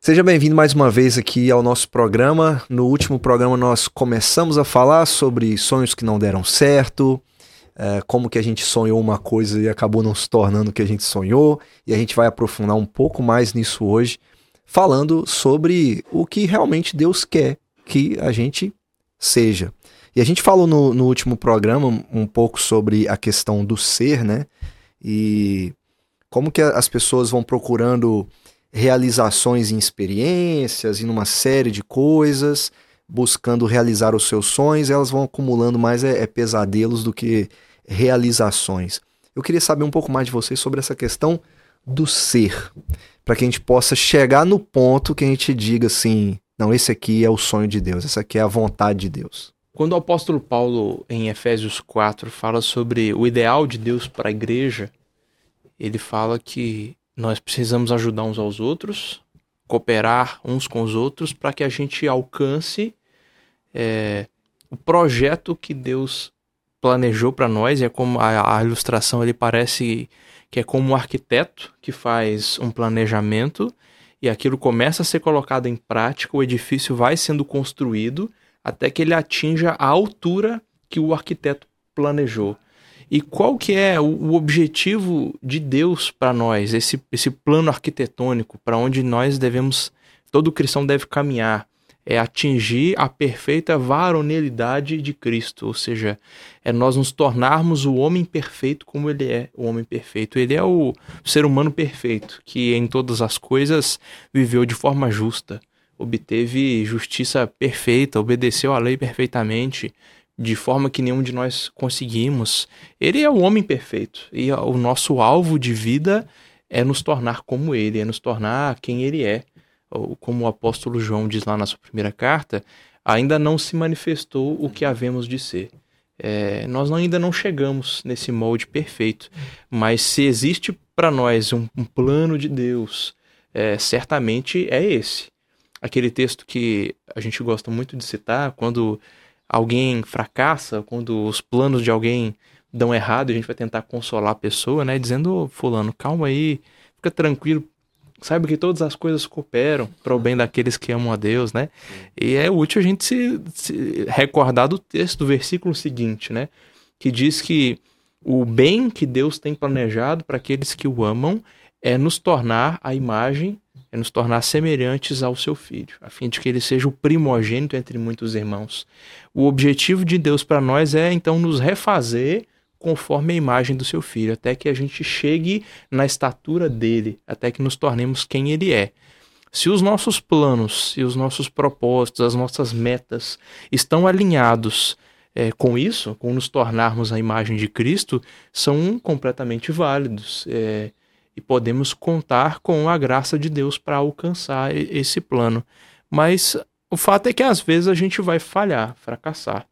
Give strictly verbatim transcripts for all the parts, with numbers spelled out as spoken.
Seja bem-vindo mais uma vez aqui ao nosso programa. No último programa nós começamos a falar sobre sonhos que não deram certo, é, como que a gente sonhou uma coisa e acabou não se tornando o que a gente sonhou, e a gente vai aprofundar um pouco mais nisso hoje, falando sobre o que realmente Deus quer que a gente seja. E a gente falou no, no último programa um pouco sobre a questão do ser, né? E como que as pessoas vão procurando realizações em experiências, em uma série de coisas, buscando realizar os seus sonhos, elas vão acumulando mais é, é pesadelos do que realizações. Eu queria saber um pouco mais de vocês sobre essa questão do ser, para que a gente possa chegar no ponto que a gente diga assim, não, esse aqui é o sonho de Deus, essa aqui é a vontade de Deus. Quando o apóstolo Paulo, em Efésios quatro, fala sobre o ideal de Deus para a igreja, ele fala que nós precisamos ajudar uns aos outros, cooperar uns com os outros para que a gente alcance é, o projeto que Deus planejou para nós. É como a, a ilustração ele parece que é como um arquiteto que faz um planejamento e aquilo começa a ser colocado em prática, o edifício vai sendo construído até que ele atinja a altura que o arquiteto planejou. E qual que é o objetivo de Deus para nós, esse, esse plano arquitetônico, para onde nós devemos, todo cristão deve caminhar, é atingir a perfeita varonilidade de Cristo, ou seja, é nós nos tornarmos o homem perfeito como ele é, o homem perfeito. Ele é o ser humano perfeito, que em todas as coisas viveu de forma justa, obteve justiça perfeita, obedeceu à lei perfeitamente, de forma que nenhum de nós conseguimos. Ele é o homem perfeito. E o nosso alvo de vida é nos tornar como ele, é nos tornar quem ele é. Como o apóstolo João diz lá na sua primeira carta, ainda não se manifestou o que havemos de ser. É, nós ainda não chegamos nesse molde perfeito. Mas se existe para nós um, um plano de Deus, é, certamente é esse. Aquele texto que a gente gosta muito de citar, quando alguém fracassa, quando os planos de alguém dão errado, a gente vai tentar consolar a pessoa, né? Dizendo, oh, fulano, calma aí, fica tranquilo, saiba que todas as coisas cooperam para o bem daqueles que amam a Deus, né? E é útil a gente se, se recordar do texto, do versículo seguinte, né? Que diz que o bem que Deus tem planejado para aqueles que o amam é nos tornar a imagem, é nos tornar semelhantes ao seu filho, a fim de que ele seja o primogênito entre muitos irmãos. O objetivo de Deus para nós é, então, nos refazer conforme a imagem do seu filho, até que a gente chegue na estatura dele, até que nos tornemos quem ele é. Se os nossos planos, se os nossos propósitos, as nossas metas estão alinhados é, com isso, com nos tornarmos a imagem de Cristo, são completamente válidos. É, E podemos contar com a graça de Deus para alcançar esse plano. Mas o fato é que às vezes a gente vai falhar, fracassar.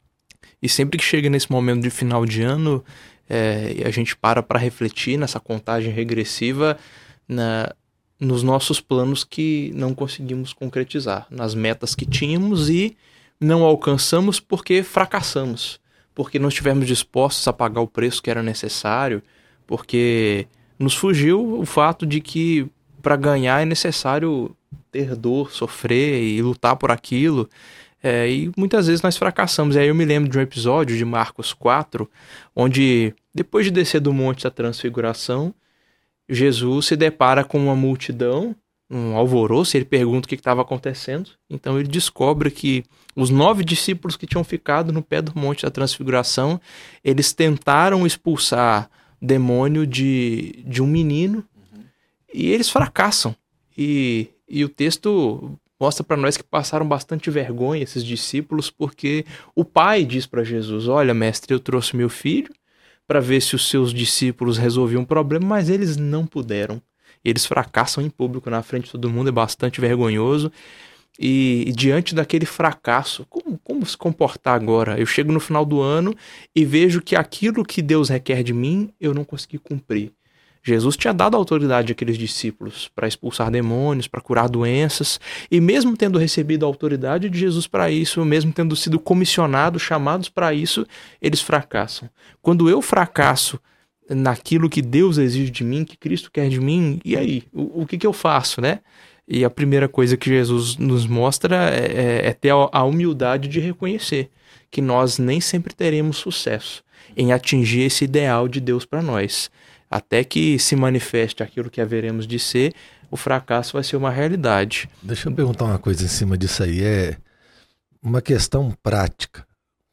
E sempre que chega nesse momento de final de ano, é, a gente para para refletir nessa contagem regressiva na, nos nossos planos que não conseguimos concretizar, nas metas que tínhamos e não alcançamos porque fracassamos, porque não estivemos dispostos a pagar o preço que era necessário, porque nos fugiu o fato de que para ganhar é necessário ter dor, sofrer e lutar por aquilo. É, e muitas vezes nós fracassamos. E aí eu me lembro de um episódio de Marcos quatro, onde depois de descer do Monte da Transfiguração, Jesus se depara com uma multidão, um alvoroço, e ele pergunta o que estava acontecendo. Então ele descobre que os nove discípulos que tinham ficado no pé do Monte da Transfiguração, eles tentaram expulsar demônio de, de um menino, uhum. E eles fracassam. E, e o texto mostra para nós que passaram bastante vergonha esses discípulos, porque o pai diz para Jesus, olha, mestre, eu trouxe meu filho para ver se os seus discípulos resolviam o problema, mas eles não puderam. Eles fracassam em público na frente de todo mundo, é bastante vergonhoso. E, e diante daquele fracasso, como, como se comportar agora? Eu chego no final do ano e vejo que aquilo que Deus requer de mim, eu não consegui cumprir. Jesus tinha dado autoridade àqueles discípulos para expulsar demônios, para curar doenças, e mesmo tendo recebido a autoridade de Jesus para isso, mesmo tendo sido comissionados, chamados para isso, eles fracassam. Quando eu fracasso naquilo que Deus exige de mim, que Cristo quer de mim, e aí? O, o que, que eu faço, né? E a primeira coisa que Jesus nos mostra é, é ter a humildade de reconhecer que nós nem sempre teremos sucesso em atingir esse ideal de Deus para nós. Até que se manifeste aquilo que haveremos de ser, o fracasso vai ser uma realidade. Deixa eu perguntar uma coisa em cima disso aí. É uma questão prática.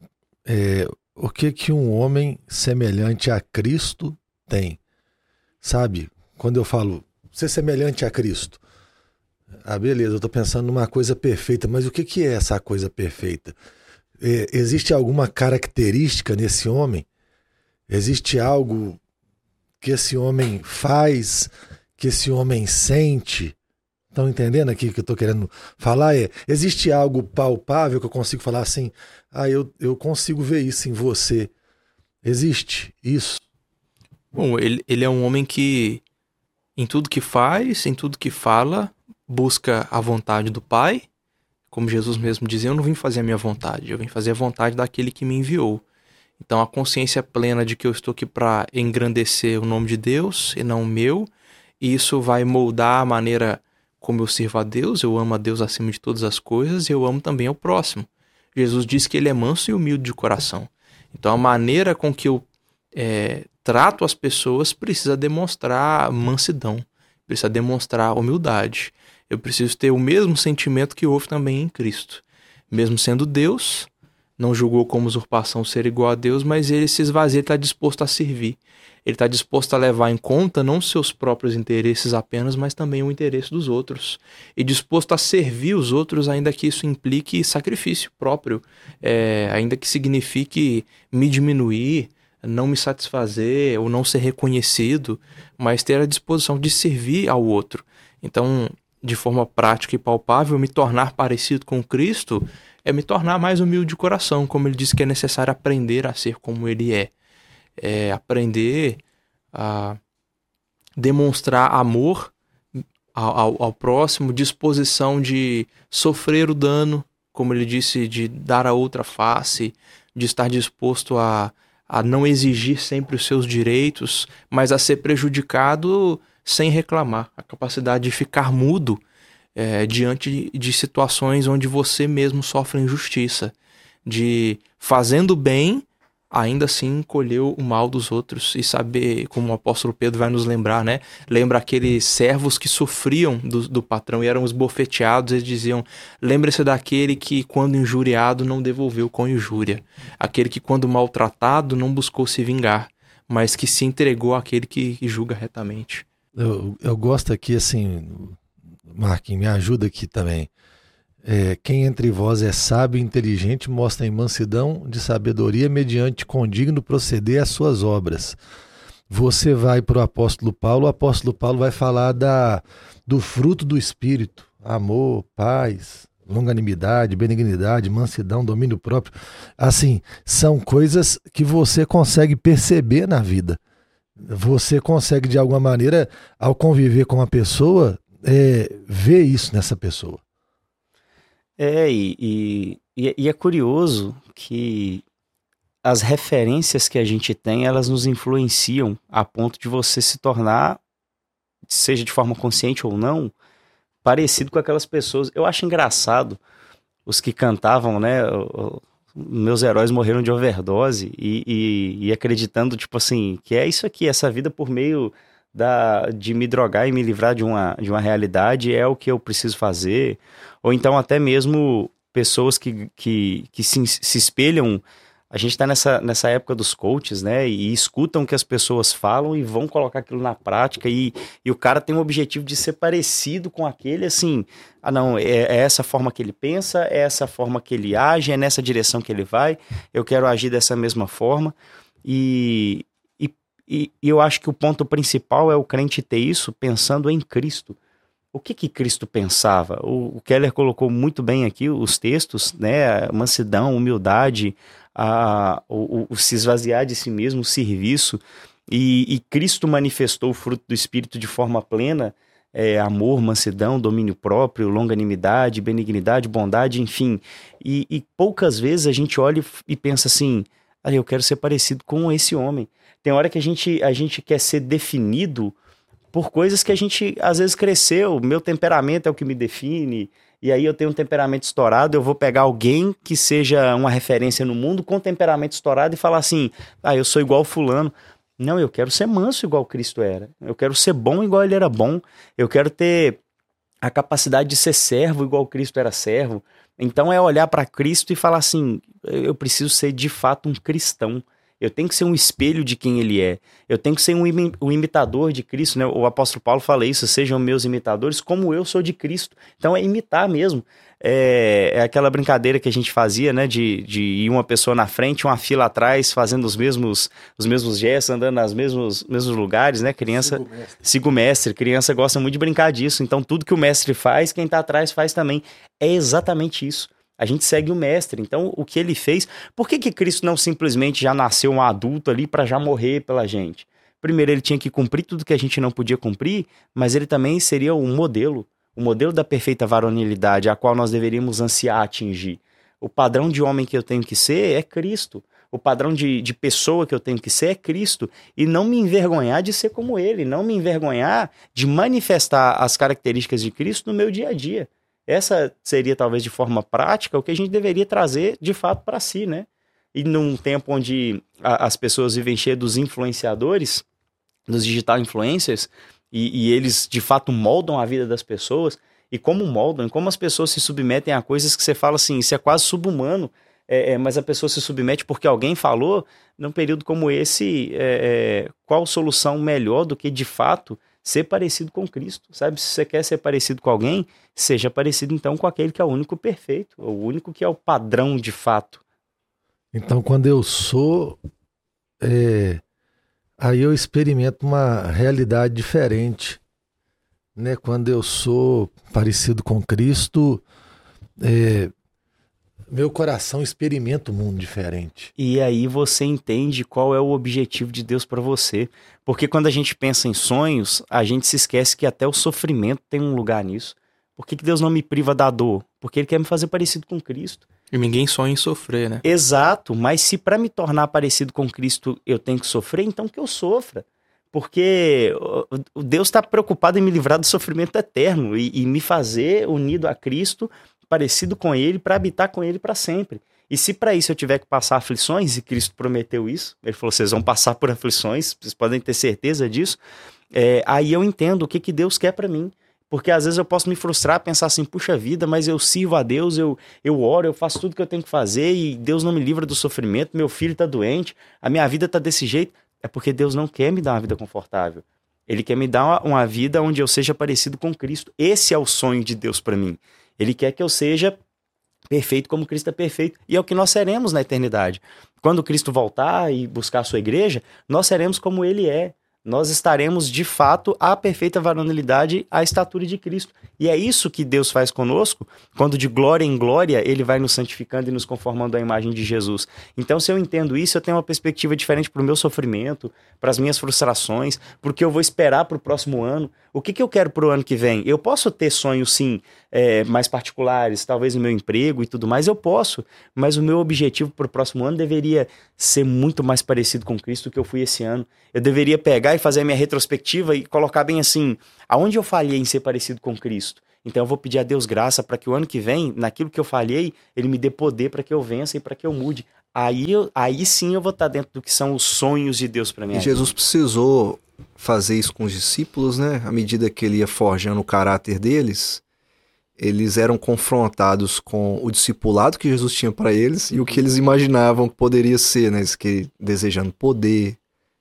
É, o que que um homem semelhante a Cristo tem? Sabe, quando eu falo ser semelhante a Cristo, ah, beleza, eu estou pensando numa coisa perfeita, mas o que que é essa coisa perfeita? É, existe alguma característica nesse homem? Existe algo que esse homem faz, que esse homem sente? Estão entendendo aqui o que eu estou querendo falar? É, existe algo palpável que eu consigo falar assim, ah, eu, eu consigo ver isso em você. Existe isso? Bom, ele, ele é um homem que, em tudo que faz, em tudo que fala, busca a vontade do Pai. Como Jesus mesmo dizia, eu não vim fazer a minha vontade, eu vim fazer a vontade daquele que me enviou. Então a consciência plena de que eu estou aqui para engrandecer o nome de Deus e não o meu, e isso vai moldar a maneira como eu sirvo a Deus. Eu amo a Deus acima de todas as coisas e eu amo também ao próximo. Jesus disse que ele é manso e humilde de coração. Então a maneira com que eu é, trato as pessoas precisa demonstrar mansidão, precisa demonstrar humildade. Eu preciso ter o mesmo sentimento que houve também em Cristo. Mesmo sendo Deus, não julgou como usurpação ser igual a Deus, mas ele se esvazia, ele está disposto a servir. Ele está disposto a levar em conta não seus próprios interesses apenas, mas também o interesse dos outros. E disposto a servir os outros, ainda que isso implique sacrifício próprio, é, ainda que signifique me diminuir, não me satisfazer ou não ser reconhecido, mas ter a disposição de servir ao outro. Então, de forma prática e palpável, me tornar parecido com Cristo é me tornar mais humilde de coração, como ele disse que é necessário aprender a ser como ele é. É aprender a demonstrar amor ao, ao, ao próximo, disposição de sofrer o dano, como ele disse, de dar a outra face, de estar disposto a, a não exigir sempre os seus direitos, mas a ser prejudicado sem reclamar, a capacidade de ficar mudo é, diante de situações onde você mesmo sofre injustiça, de fazendo bem, ainda assim colher o mal dos outros e saber, como o apóstolo Pedro vai nos lembrar, né? Lembra aqueles servos que sofriam do, do patrão e eram esbofeteados, eles diziam, lembre-se daquele que quando injuriado não devolveu com injúria, aquele que quando maltratado não buscou se vingar, mas que se entregou àquele que, que julga retamente. Eu, eu gosto aqui, assim, Marquinhos, me ajuda aqui também. É, quem entre vós é sábio e inteligente mostra em mansidão de sabedoria mediante condigno proceder às suas obras. Você vai para o apóstolo Paulo, o apóstolo Paulo vai falar da, do fruto do Espírito, amor, paz, longanimidade, benignidade, mansidão, domínio próprio. Assim, são coisas que você consegue perceber na vida. Você consegue, de alguma maneira, ao conviver com uma pessoa, é, ver isso nessa pessoa. É, e, e, e é curioso que as referências que a gente tem, elas nos influenciam a ponto de você se tornar, seja de forma consciente ou não, parecido com aquelas pessoas. Eu acho engraçado os que cantavam, né, meus heróis morreram de overdose e, e, e acreditando, tipo assim, que é isso aqui, essa vida por meio da, de me drogar e me livrar de uma, de uma realidade é o que eu preciso fazer. Ou então até mesmo pessoas que, que, que se, se espelham. A gente está nessa, nessa época dos coaches, né? E escutam o que as pessoas falam e vão colocar aquilo na prática. E, e o cara tem o objetivo de ser parecido com aquele, assim... Ah, não, é, é essa forma que ele pensa, é essa forma que ele age, é nessa direção que ele vai. Eu quero agir dessa mesma forma. E, e, e eu acho que o ponto principal é o crente ter isso pensando em Cristo. O que que Cristo pensava? O, o Keller colocou muito bem aqui os textos, né? A mansidão, humildade, a, o, o se esvaziar de si mesmo, o serviço. E, e Cristo manifestou o fruto do Espírito de forma plena, é, amor, mansidão, domínio próprio, longanimidade, benignidade, bondade, enfim. E, e poucas vezes a gente olha e pensa assim, eu quero ser parecido com esse homem. Tem hora que a gente, a gente quer ser definido por coisas que a gente às vezes cresceu, meu temperamento é o que me define, e aí eu tenho um temperamento estourado, eu vou pegar alguém que seja uma referência no mundo com temperamento estourado e falar assim, ah, eu sou igual fulano. Não, eu quero ser manso igual Cristo era, eu quero ser bom igual ele era bom, eu quero ter a capacidade de ser servo igual Cristo era servo. Então é olhar para Cristo e falar assim, eu preciso ser de fato um cristão. Eu tenho que ser um espelho de quem ele é. Eu tenho que ser um, imi- um imitador de Cristo, né? O apóstolo Paulo fala isso, sejam meus imitadores como eu sou de Cristo. Então é imitar mesmo. É, é aquela brincadeira que a gente fazia, né? De, de ir uma pessoa na frente, uma fila atrás, fazendo os mesmos, os mesmos gestos, andando nos mesmos, mesmos lugares, né? Criança, siga o mestre. Siga o mestre. Criança gosta muito de brincar disso. Então tudo que o mestre faz, quem está atrás faz também. É exatamente isso. A gente segue o mestre, então o que ele fez... Por que que Cristo não simplesmente já nasceu um adulto ali para já morrer pela gente? Primeiro, ele tinha que cumprir tudo que a gente não podia cumprir, mas ele também seria um modelo, o modelo da perfeita varonilidade, a qual nós deveríamos ansiar atingir. O padrão de homem que eu tenho que ser é Cristo. O padrão de, de pessoa que eu tenho que ser é Cristo. E não me envergonhar de ser como ele, não me envergonhar de manifestar as características de Cristo no meu dia a dia. Essa seria, talvez, de forma prática, o que a gente deveria trazer, de fato, para si, né? E num tempo onde a, as pessoas vivem cheias dos influenciadores, dos digital influencers, e, e eles, de fato, moldam a vida das pessoas, e como moldam, e como as pessoas se submetem a coisas que você fala assim, isso é quase subhumano, é, é, mas a pessoa se submete porque alguém falou, num período como esse, é, é, qual solução melhor do que, de fato, ser parecido com Cristo, sabe? Se você quer ser parecido com alguém, seja parecido então com aquele que é o único perfeito, o único que é o padrão de fato. Então, quando eu sou, é, aí eu experimento uma realidade diferente, né? Quando eu sou parecido com Cristo, é, meu coração experimenta um mundo diferente. E aí você entende qual é o objetivo de Deus para você. Porque quando a gente pensa em sonhos, a gente se esquece que até o sofrimento tem um lugar nisso. Por que que Deus não me priva da dor? Porque Ele quer me fazer parecido com Cristo. E ninguém sonha em sofrer, né? Exato, mas se para me tornar parecido com Cristo eu tenho que sofrer, então que eu sofra. Porque o Deus está preocupado em me livrar do sofrimento eterno e, e me fazer unido a Cristo, parecido com Ele, para habitar com Ele para sempre. E se para isso eu tiver que passar aflições, e Cristo prometeu isso, Ele falou, vocês vão passar por aflições, vocês podem ter certeza disso, é, aí eu entendo o que, que Deus quer para mim. Porque às vezes eu posso me frustrar, pensar assim, puxa vida, mas eu sirvo a Deus, eu, eu oro, eu faço tudo que eu tenho que fazer e Deus não me livra do sofrimento, meu filho está doente, a minha vida está desse jeito. É porque Deus não quer me dar uma vida confortável. Ele quer me dar uma, uma vida onde eu seja parecido com Cristo. Esse é o sonho de Deus para mim. Ele quer que eu seja perfeito como Cristo é perfeito. E é o que nós seremos na eternidade. Quando Cristo voltar e buscar a sua igreja, nós seremos como Ele é. Nós estaremos, de fato, à perfeita varonilidade, à estatura de Cristo. E é isso que Deus faz conosco, quando de glória em glória Ele vai nos santificando e nos conformando à imagem de Jesus. Então, se eu entendo isso, eu tenho uma perspectiva diferente para o meu sofrimento, para as minhas frustrações, para o que eu vou esperar para o próximo ano. O que, que eu quero para o ano que vem? Eu posso ter sonhos, sim, é, mais particulares, talvez no meu emprego e tudo mais, eu posso. Mas o meu objetivo para o próximo ano deveria ser muito mais parecido com Cristo do que eu fui esse ano. Eu deveria pegar e fazer a minha retrospectiva e colocar bem assim, aonde eu falhei em ser parecido com Cristo? Então eu vou pedir a Deus graça para que o ano que vem, naquilo que eu falhei, Ele me dê poder para que eu vença e para que eu mude. Aí, eu, aí sim eu vou estar dentro do que são os sonhos de Deus para mim. E Jesus precisou fazer isso com os discípulos, né? À medida que Ele ia forjando o caráter deles, eles eram confrontados com o discipulado que Jesus tinha para eles e o que eles imaginavam que poderia ser, né? Que desejando poder,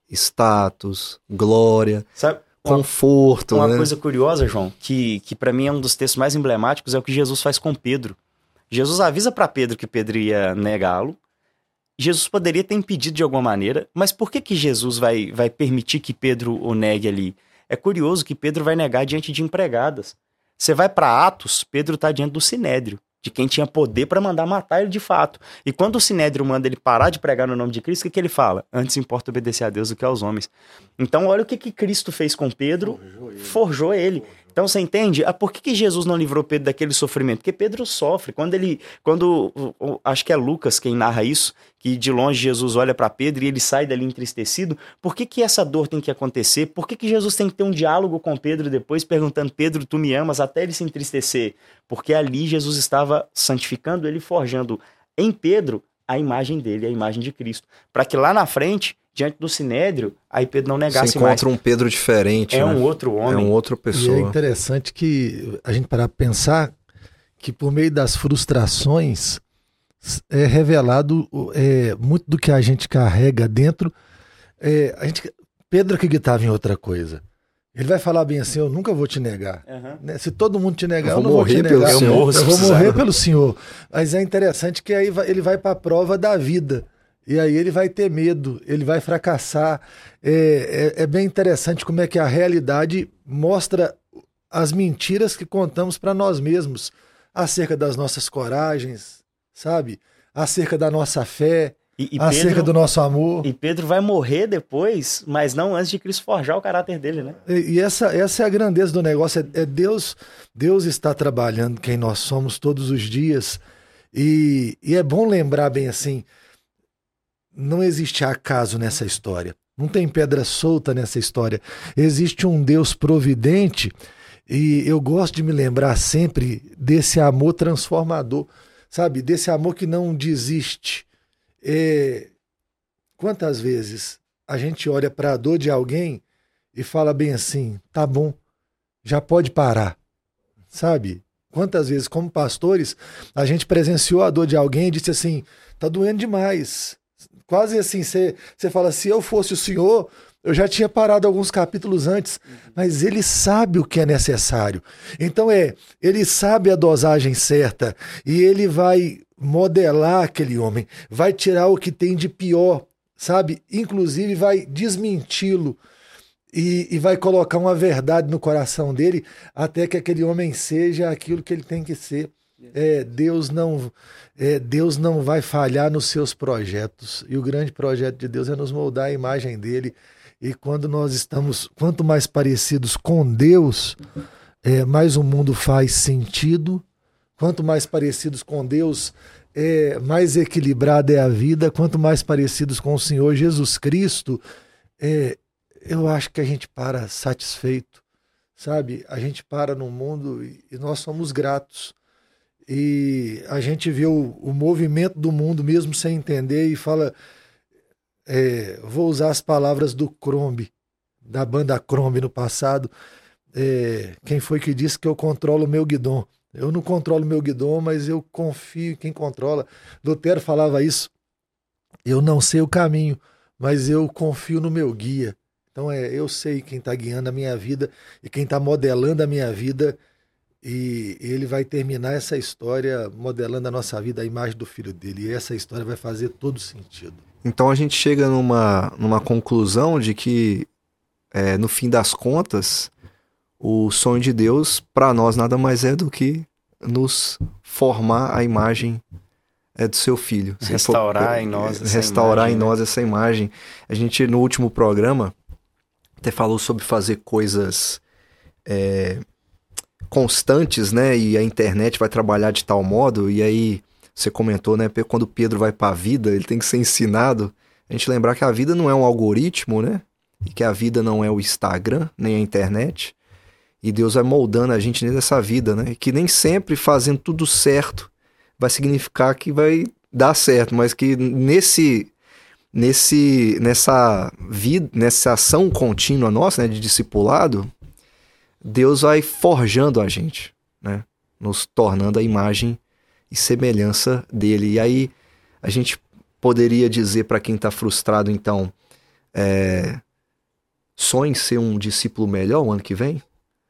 status, glória, sabe, conforto. Uma né? coisa curiosa, João, que, que para mim é um dos textos mais emblemáticos, é o que Jesus faz com Pedro. Jesus avisa para Pedro que Pedro ia negá-lo. Jesus poderia ter impedido de alguma maneira, mas por que que Jesus vai, vai permitir que Pedro o negue ali? É curioso que Pedro vai negar diante de empregadas. Você vai para Atos, Pedro está diante do Sinédrio, de quem tinha poder para mandar matar ele de fato. E quando o Sinédrio manda ele parar de pregar no nome de Cristo, o que, que ele fala? Antes importa obedecer a Deus do que aos homens. Então olha o que, que Cristo fez com Pedro, forjou ele. forjou ele, Então você entende? Ah, por que, que Jesus não livrou Pedro daquele sofrimento? Porque Pedro sofre. Quando ele, quando acho que é Lucas quem narra isso, que de longe Jesus olha para Pedro e ele sai dali entristecido. Por que, que essa dor tem que acontecer? Por que, que Jesus tem que ter um diálogo com Pedro depois, perguntando: Pedro, tu me amas? Até ele se entristecer. Porque ali Jesus estava santificando ele, forjando em Pedro a imagem dele, a imagem de Cristo. Para que lá na frente, diante do Sinédrio, aí Pedro não negasse mais. Você encontra mais. um Pedro diferente, É né? um outro homem. É uma outra pessoa. E é interessante que a gente parar para pensar que por meio das frustrações é revelado é, muito do que a gente carrega dentro. É, a gente, Pedro acreditava em outra coisa. Ele vai falar bem assim: eu nunca vou te negar. Uhum. Né? Se todo mundo te negar, eu, eu não vou te negar. Eu, morro, eu vou morrer pelo Senhor. Mas é interessante que aí ele vai para a prova da vida. E aí ele vai ter medo, ele vai fracassar. É, é, é bem interessante como é que a realidade mostra as mentiras que contamos para nós mesmos acerca das nossas coragens, sabe? Acerca da nossa fé, e, e acerca Pedro, do nosso amor. E Pedro vai morrer depois, mas não antes de Cristo forjar o caráter dele, né? E, e essa, essa é a grandeza do negócio. É, é Deus, Deus está trabalhando quem nós somos todos os dias. E, e é bom lembrar bem assim: não existe acaso nessa história. Não tem pedra solta nessa história. Existe um Deus providente, e eu gosto de me lembrar sempre desse amor transformador, sabe? Desse amor que não desiste. É... Quantas vezes a gente olha para a dor de alguém e fala bem assim: tá bom, já pode parar, sabe? Quantas vezes, como pastores, a gente presenciou a dor de alguém e disse assim: tá doendo demais. Quase assim, você fala: se eu fosse o Senhor, eu já tinha parado alguns capítulos antes. Mas ele sabe o que é necessário. Então é, ele sabe a dosagem certa e ele vai modelar aquele homem, vai tirar o que tem de pior, sabe? Inclusive vai desmenti-lo e, e vai colocar uma verdade no coração dele até que aquele homem seja aquilo que ele tem que ser. É, Deus não, é, Deus não vai falhar nos seus projetos, e o grande projeto de Deus é nos moldar a imagem dele. E quando nós estamos, quanto mais parecidos com Deus, é, mais o mundo faz sentido. Quanto mais parecidos com Deus, é, mais equilibrada é a vida. Quanto mais parecidos com o Senhor Jesus Cristo, é, eu acho que a gente para satisfeito, sabe? A gente para no mundo e, e nós somos gratos. E a gente vê o, o movimento do mundo mesmo sem entender e fala, é, vou usar as palavras do Crombie, da banda Crombie no passado, é, quem foi que disse que eu controlo o meu guidão? Eu não controlo o meu guidão, mas eu confio em quem controla. Lutero falava isso: eu não sei o caminho, mas eu confio no meu guia. Então é, eu sei quem está guiando a minha vida e quem está modelando a minha vida. E ele vai terminar essa história modelando a nossa vida, a imagem do filho dele. E essa história vai fazer todo sentido. Então a gente chega numa, numa conclusão de que, é, no fim das contas, o sonho de Deus para nós nada mais é do que nos formar a imagem é, do seu filho. Restaurar for, em nós essa Restaurar imagem, em né? nós essa imagem. A gente, no último programa, até falou sobre fazer coisas... É, constantes, né? E a internet vai trabalhar de tal modo, e aí você comentou, né? Quando Pedro vai para a vida, ele tem que ser ensinado. A gente lembrar que a vida não é um algoritmo, né? E que a vida não é o Instagram, nem a internet. E Deus vai moldando a gente nessa vida, né? E que nem sempre fazendo tudo certo vai significar que vai dar certo, mas que nesse, nesse, nessa vida, nessa ação contínua nossa, né? De discipulado, Deus vai forjando a gente, né? Nos tornando a imagem e semelhança dele. E aí a gente poderia dizer para quem está frustrado, então, é, sonhe ser um discípulo melhor o ano que vem?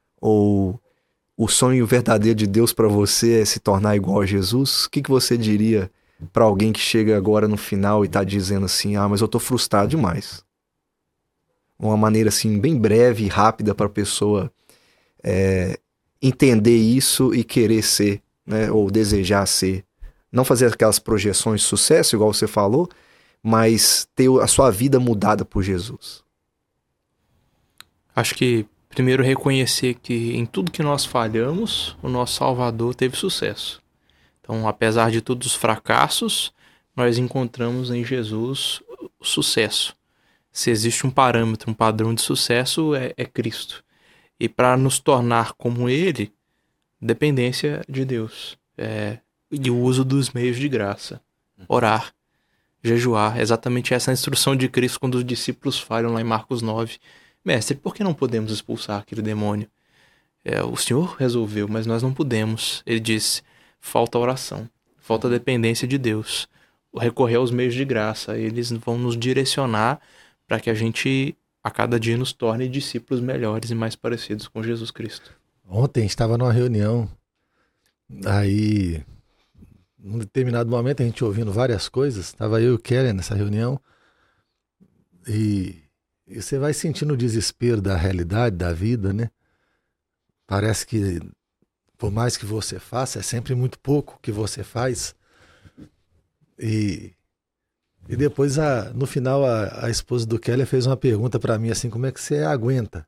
Ou o sonho verdadeiro de Deus para você é se tornar igual a Jesus? O que, que você diria para alguém que chega agora no final e está dizendo assim: ah, mas eu estou frustrado demais? Uma maneira assim bem breve e rápida para a pessoa É, entender isso e querer ser, né, ou desejar ser. Não fazer aquelas projeções de sucesso, igual você falou, mas ter a sua vida mudada por Jesus. Acho que Primeiro, reconhecer que em tudo que nós falhamos, o nosso Salvador teve sucesso. Então, apesar de todos os fracassos, nós encontramos em Jesus o sucesso. Se existe um parâmetro, um padrão de sucesso, é, é Cristo. E para nos tornar como Ele, dependência de Deus. É, e o uso dos meios de graça. Orar, jejuar. É exatamente essa a instrução de Cristo quando os discípulos falham lá em Marcos nove. Mestre, por que não podemos expulsar aquele demônio? É, o Senhor resolveu, mas nós não podemos. Ele disse, falta oração, falta dependência de Deus. Recorrer aos meios de graça, eles vão nos direcionar para que a gente, a cada dia, nos torne discípulos melhores e mais parecidos com Jesus Cristo. Ontem estava numa reunião, aí, num determinado momento, a gente ouvindo várias coisas, estava eu e o Kellen nessa reunião, e, e você vai sentindo o desespero da realidade, da vida, né? Parece que, por mais que você faça, é sempre muito pouco que você faz. E, e depois, a, no final, a, a esposa do Keller fez uma pergunta para mim, assim, como é que você aguenta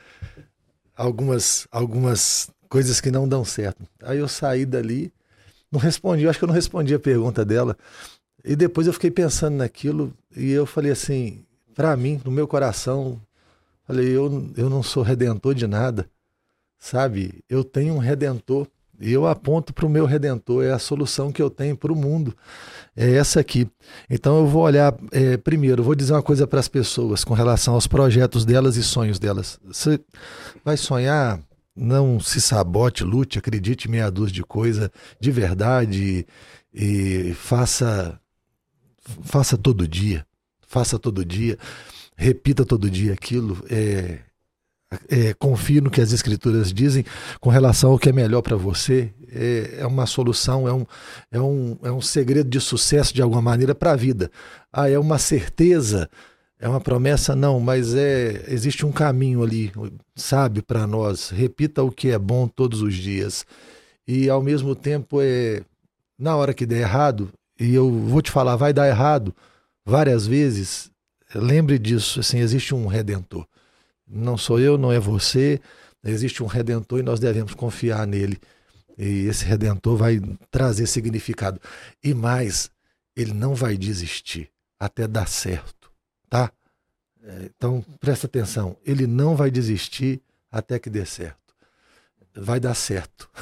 algumas, algumas coisas que não dão certo? Aí eu saí dali, não respondi, eu acho que eu não respondi a pergunta dela. E depois eu fiquei pensando naquilo e eu falei assim, para mim, no meu coração, falei, eu, eu não sou redentor de nada, sabe? Eu tenho um redentor. E eu aponto para o meu Redentor, é a solução que eu tenho para o mundo, é essa aqui. Então eu vou olhar, é, primeiro, eu vou dizer uma coisa para as pessoas com relação aos projetos delas e sonhos delas. Você vai sonhar, não se sabote, lute, acredite em meia dúzia de coisa de verdade e faça, faça todo dia, faça todo dia, repita todo dia aquilo, é... É, confie no que as escrituras dizem com relação ao que é melhor para você. É, é uma solução, é um, é, um, é um segredo de sucesso de alguma maneira para a vida. Ah, é uma certeza, é uma promessa? Não, mas é, existe um caminho ali, sabe, para nós. Repita o que é bom todos os dias. E ao mesmo tempo, é, na hora que der errado, e eu vou te falar, vai dar errado várias vezes, lembre disso, assim, existe um Redentor. Não sou eu, não é você, existe um Redentor e nós devemos confiar nele. E esse Redentor vai trazer significado. E mais, ele não vai desistir até dar certo, tá? Então, presta atenção, ele não vai desistir até que dê certo. Vai dar certo,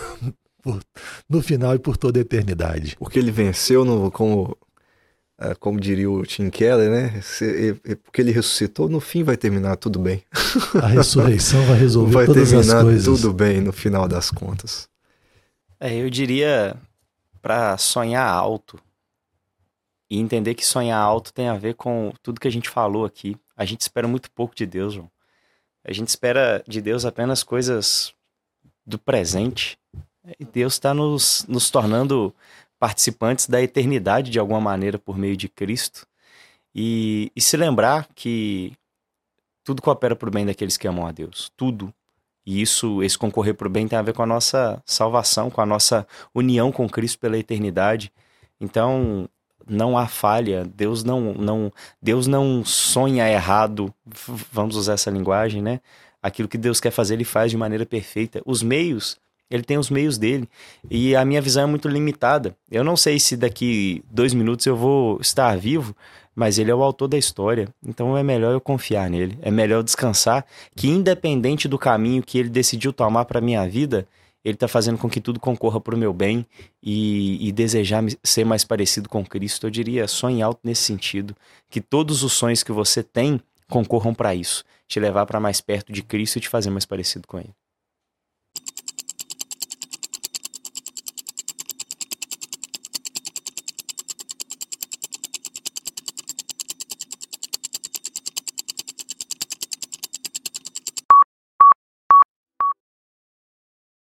no final e por toda a eternidade. Porque ele venceu, no, como, como diria o Tim Keller, né? Porque ele ressuscitou, no fim vai terminar tudo bem. A ressurreição vai resolver vai todas as terminar coisas. Tudo bem no final das contas. É, eu diria para sonhar alto e entender que sonhar alto tem a ver com tudo que a gente falou aqui. A gente espera muito pouco de Deus, João. A gente espera de Deus apenas coisas do presente. E Deus está nos, nos tornando participantes da eternidade de alguma maneira por meio de Cristo. E, e se lembrar que tudo coopera para o bem daqueles que amam a Deus. Tudo. E isso, esse concorrer para o bem tem a ver com a nossa salvação, com a nossa união com Cristo pela eternidade. Então, não há falha. Deus não, não, Deus não sonha errado. Vamos usar essa linguagem, né? Aquilo que Deus quer fazer, Ele faz de maneira perfeita. Os meios... Ele tem os meios dele. E a minha visão é muito limitada. Eu não sei se daqui dois minutos eu vou estar vivo, mas ele é o autor da história. Então é melhor eu confiar nele. É melhor eu descansar que, independente do caminho que ele decidiu tomar para a minha vida, ele está fazendo com que tudo concorra para o meu bem e, e desejar ser mais parecido com Cristo. Eu diria, sonhe alto nesse sentido. Que todos os sonhos que você tem concorram para isso. Te levar para mais perto de Cristo e te fazer mais parecido com ele.